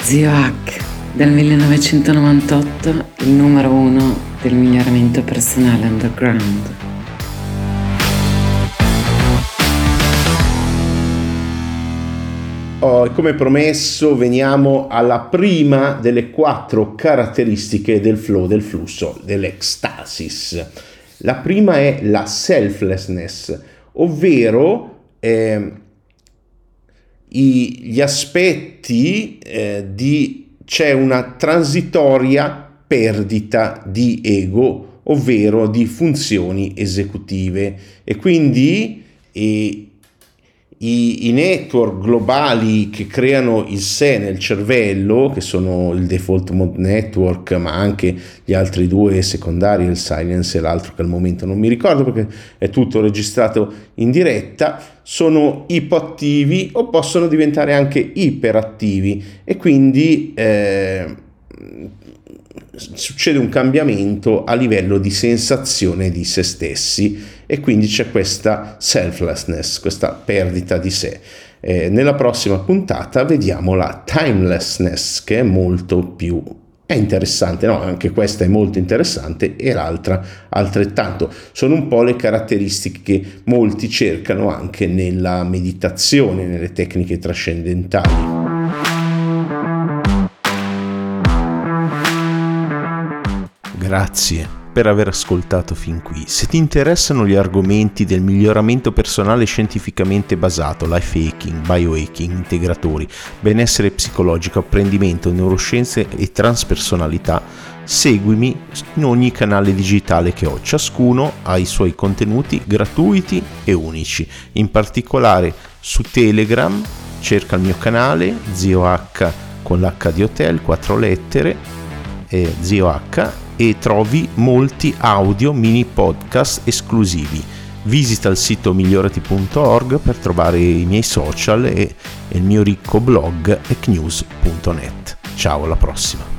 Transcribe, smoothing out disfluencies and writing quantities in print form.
Zio Hack, del 1998, il numero 1 del miglioramento personale underground. Come promesso, veniamo alla prima delle 4 caratteristiche del flow, del flusso, dell'ecstasis. La prima è la selflessness, ovvero gli aspetti c'è una transitoria perdita di ego, ovvero di funzioni esecutive, e quindi i network globali che creano il sé nel cervello, che sono il default mode network, ma anche gli altri 2 secondari, il silence e l'altro che al momento non mi ricordo perché è tutto registrato in diretta, sono ipoattivi o possono diventare anche iperattivi, e quindi succede un cambiamento a livello di sensazione di se stessi, e quindi c'è questa selflessness, questa perdita di sé. Nella prossima puntata vediamo la timelessness, che è molto più interessante, no? Anche questa è molto interessante e l'altra altrettanto. Sono un po' le caratteristiche che molti cercano anche nella meditazione, nelle tecniche trascendentali. Grazie per aver ascoltato fin qui. Se ti interessano gli argomenti del miglioramento personale scientificamente basato, life hacking, biohacking, integratori, benessere psicologico, apprendimento, neuroscienze e transpersonalità, seguimi in ogni canale digitale che ho. Ciascuno ha i suoi contenuti gratuiti e unici. In particolare su Telegram cerca il mio canale Zio H con l'H di hotel, 4 lettere, Zio H, e trovi molti audio mini podcast esclusivi. Visita il sito migliorati.org per trovare i miei social e il mio ricco blog ecnews.net. Ciao, alla prossima.